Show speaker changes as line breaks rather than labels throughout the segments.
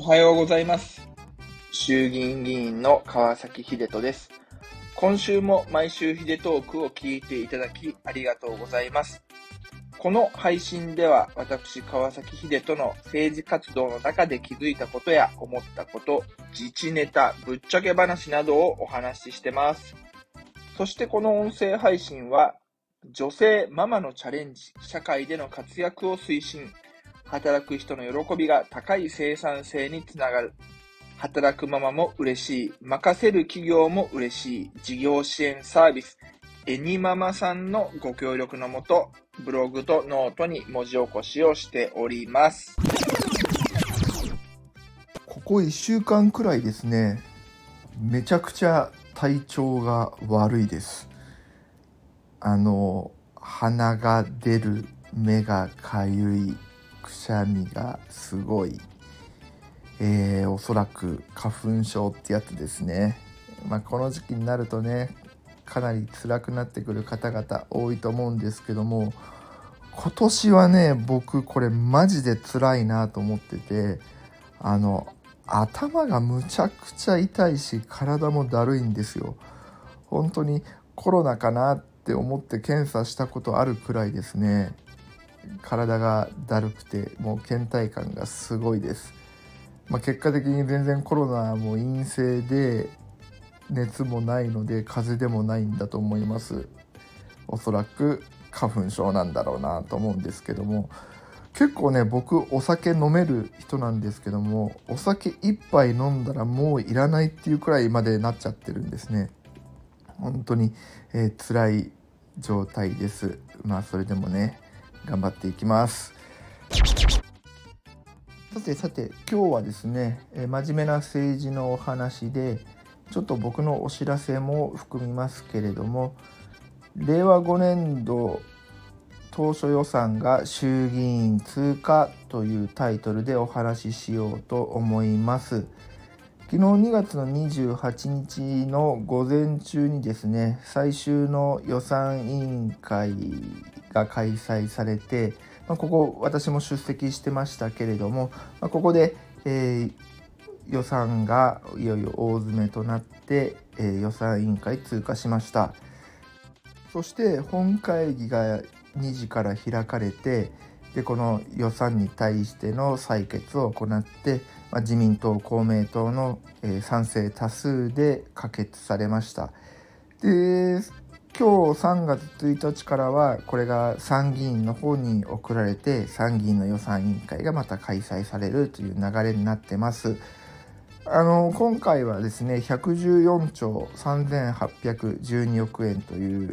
おはようございます。衆議院議員の川崎秀人です。今週も毎週秀トークを聞いていただきありがとうございます。この配信では私川崎秀人の政治活動の中で気づいたことや思ったこと、自治ネタ、ぶっちゃけ話などをお話ししてます。そしてこの音声配信は女性ママのチャレンジ、社会での活躍を推進、働く人の喜びが高い生産性につながる。働くママも嬉しい。任せる企業も嬉しい。事業支援サービス。エニママさんのご協力のもと、ブログとノートに文字起こしをしております。
ここ1週間くらいですね、めちゃくちゃ体調が悪いです。鼻が出る、目がかゆい、くしゃみがすごい、おそらく花粉症ってやつですね。この時期になるとね、かなり辛くなってくる方々多いと思うんですけども、今年はね、僕これマジで辛いなと思ってて、頭がむちゃくちゃ痛いし、体もだるいんですよ。本当にコロナかなって思って検査したことあるくらいですね。体がだるくて、もう倦怠感がすごいです。結果的に全然コロナも陰性で、熱もないので風邪でもないんだと思います。おそらく花粉症なんだろうなと思うんですけども、結構ね、僕お酒飲める人なんですけども、お酒一杯飲んだらもういらないっていうくらいまでなっちゃってるんですね。本当に、辛い状態です。それでもね、頑張っていきます。さて今日はですね、真面目な政治のお話で、ちょっと僕のお知らせも含みますけれども、令和5年度当初予算が衆議院通過というタイトルでお話ししようと思います。昨日2月の28日の午前中にですね、最終の予算委員会が開催されて、ここ私も出席してましたけれども、ここで、予算がいよいよ大詰めとなって、予算委員会通過しました。そして本会議が2時から開かれて、でこの予算に対しての採決を行って、自民党公明党の、賛成多数で可決されました。で今日3月1日からはこれが参議院の方に送られて、参議院の予算委員会がまた開催されるという流れになってます。今回はですね、114兆3812億円という、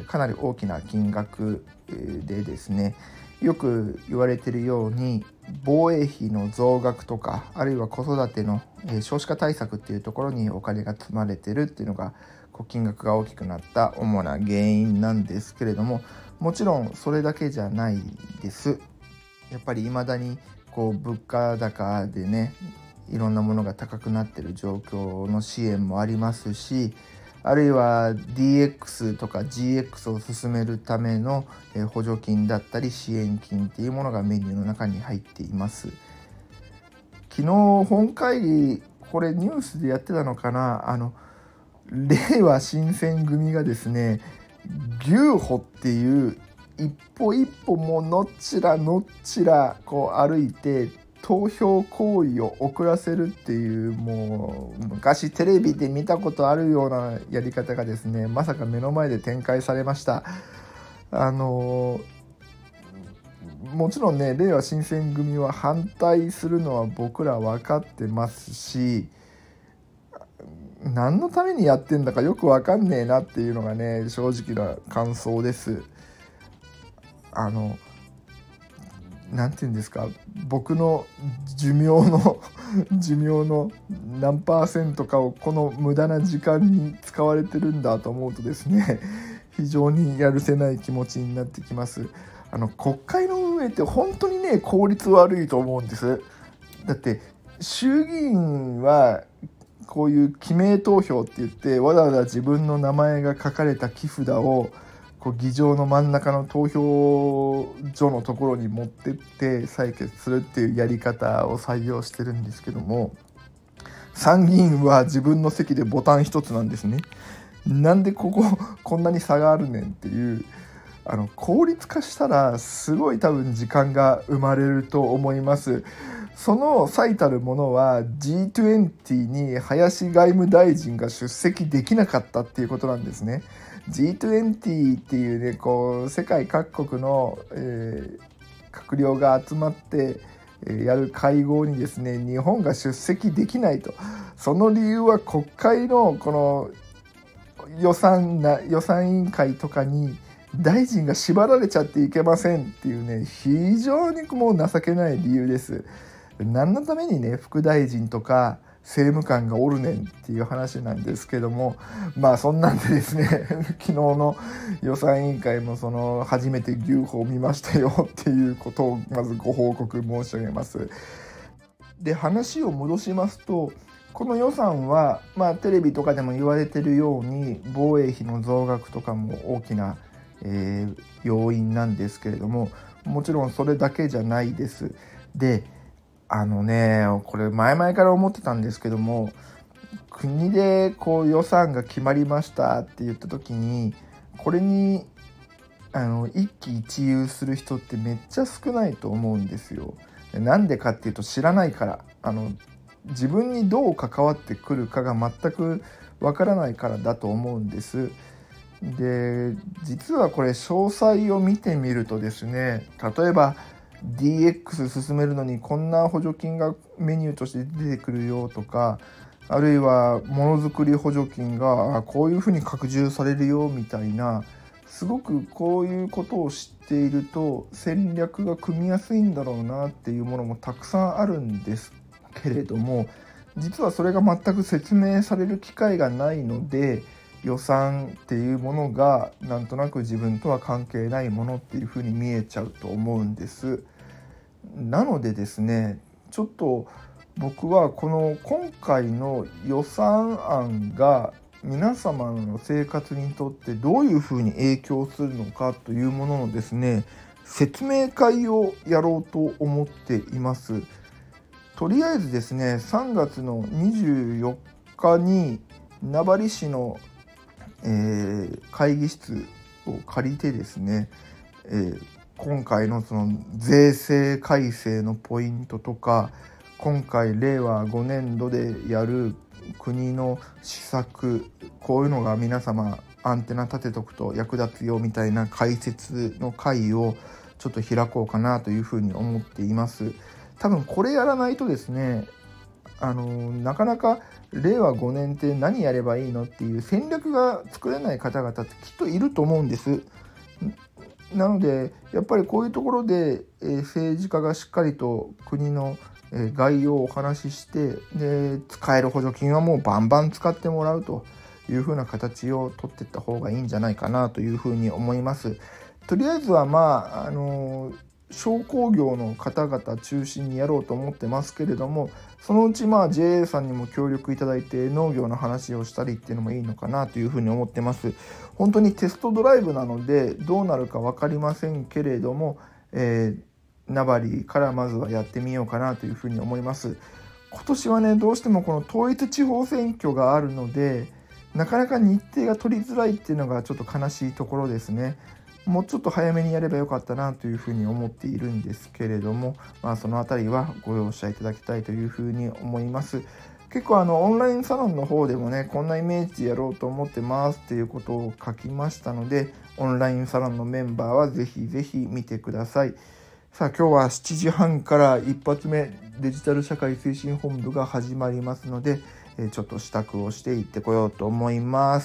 かなり大きな金額でですね、よく言われているように防衛費の増額とか、あるいは子育ての、少子化対策っていうところにお金が積まれているっていうのが、金額が大きくなった主な原因なんですけれども、もちろんそれだけじゃないです。やっぱり未だに物価高でね、いろんなものが高くなっている状況の支援もありますし、あるいは DX とか GX を進めるための補助金だったり支援金っていうものがメニューの中に入っています。昨日本会議、これニュースでやってたのかな、令和新選組がですね、牛歩っていう一歩一歩ものっちら歩いて投票行為を遅らせるっていう、もう昔テレビで見たことあるようなやり方がですね、まさか目の前で展開されました。もちろんね、令和新選組は反対するのは僕ら分かってますし、何のためにやってんだかよく分かんねえなっていうのがね、正直な感想です。なんていうんですか、僕の寿命の何%かをこの無駄な時間に使われてるんだと思うとですね、非常にやるせない気持ちになってきます。国会の運営って本当にね、効率悪いと思うんです。だって衆議院はこういう記名投票って言って、わざわざ自分の名前が書かれた木札を議場の真ん中の投票所のところに持ってって採決するっていうやり方を採用してるんですけども、参議院は自分の席でボタン一つなんですね。なんでこんなに差があるねんっていう、効率化したらすごい多分時間が生まれると思います。その最たるものは G20 に林外務大臣が出席できなかったっていうことなんですね。G20 っていうね、世界各国の、閣僚が集まってやる会合にですね、日本が出席できないと。その理由は国会のこの予算委員会とかに大臣が縛られちゃっていけませんっていうね、非常にもう情けない理由です。何のためにね、副大臣とか政務官がおるねんっていう話なんですけども、そんなんでですね昨日の予算委員会も初めて牛歩を見ましたよっていうことをまずご報告申し上げます。で、話を戻しますと、この予算は、テレビとかでも言われてるように防衛費の増額とかも大きな、要因なんですけれども、もちろんそれだけじゃないです。で、これ前々から思ってたんですけども、国で予算が決まりましたって言った時に、これに一喜一憂する人ってめっちゃ少ないと思うんですよ。なんでかっていうと、知らないから、自分にどう関わってくるかが全くわからないからだと思うんです。で、実はこれ詳細を見てみるとですね、例えばDX 進めるのにこんな補助金がメニューとして出てくるよとか、あるいはものづくり補助金がこういうふうに拡充されるよみたいな、すごくこういうことを知っていると戦略が組みやすいんだろうなっていうものもたくさんあるんですけれども、実はそれが全く説明される機会がないので、予算っていうものがなんとなく自分とは関係ないものっていうふうに見えちゃうと思うんです。なのでですね、ちょっと僕は今回の予算案が皆様の生活にとってどういうふうに影響するのかというもののですね、説明会をやろうと思っています。とりあえずですね、3月の24日に名張市の、会議室を借りてですね、今回のその税制改正のポイントとか、今回令和5年度でやる国の施策、こういうのが皆様アンテナ立てとくと役立つよみたいな解説の会をちょっと開こうかなというふうに思っています。多分これやらないとですね、なかなか令和5年って何やればいいのっていう戦略が作れない方々ってきっといると思うんです。なのでやっぱりこういうところで、政治家がしっかりと国の概要をお話しして、で使える補助金はもうバンバン使ってもらうというふうな形を取っていった方がいいんじゃないかなというふうに思います。とりあえずは商工業の方々中心にやろうと思ってますけれども、そのうちJA さんにも協力いただいて農業の話をしたりっていうのもいいのかなというふうに思ってます。本当にテストドライブなのでどうなるか分かりませんけれども、名張からまずはやってみようかなというふうに思います。今年はね、どうしてもこの統一地方選挙があるので、なかなか日程が取りづらいっていうのがちょっと悲しいところですね。もうちょっと早めにやればよかったなというふうに思っているんですけれども、そのあたりはご容赦いただきたいというふうに思います。結構オンラインサロンの方でもね、こんなイメージでやろうと思ってますっていうことを書きましたので、オンラインサロンのメンバーはぜひぜひ見てください。さあ、今日は7時半から一発目デジタル社会推進本部が始まりますので、ちょっと支度をしていってこようと思います。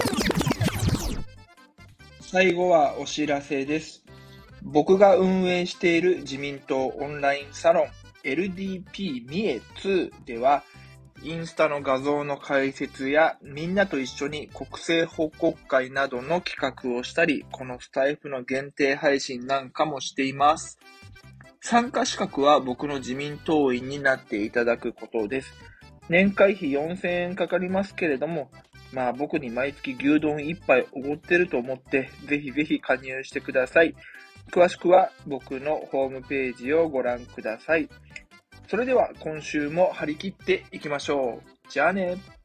最後はお知らせです。僕が運営している自民党オンラインサロン LDP 三重2では、インスタの画像の解説やみんなと一緒に国政報告会などの企画をしたり、このスタイフの限定配信なんかもしています。参加資格は僕の自民党員になっていただくことです。年会費4000円かかりますけれども、僕に毎月牛丼1杯おごってると思って、ぜひぜひ加入してください。 詳しくは僕のホームページをご覧ください。それでは今週も張り切っていきましょう。じゃあね。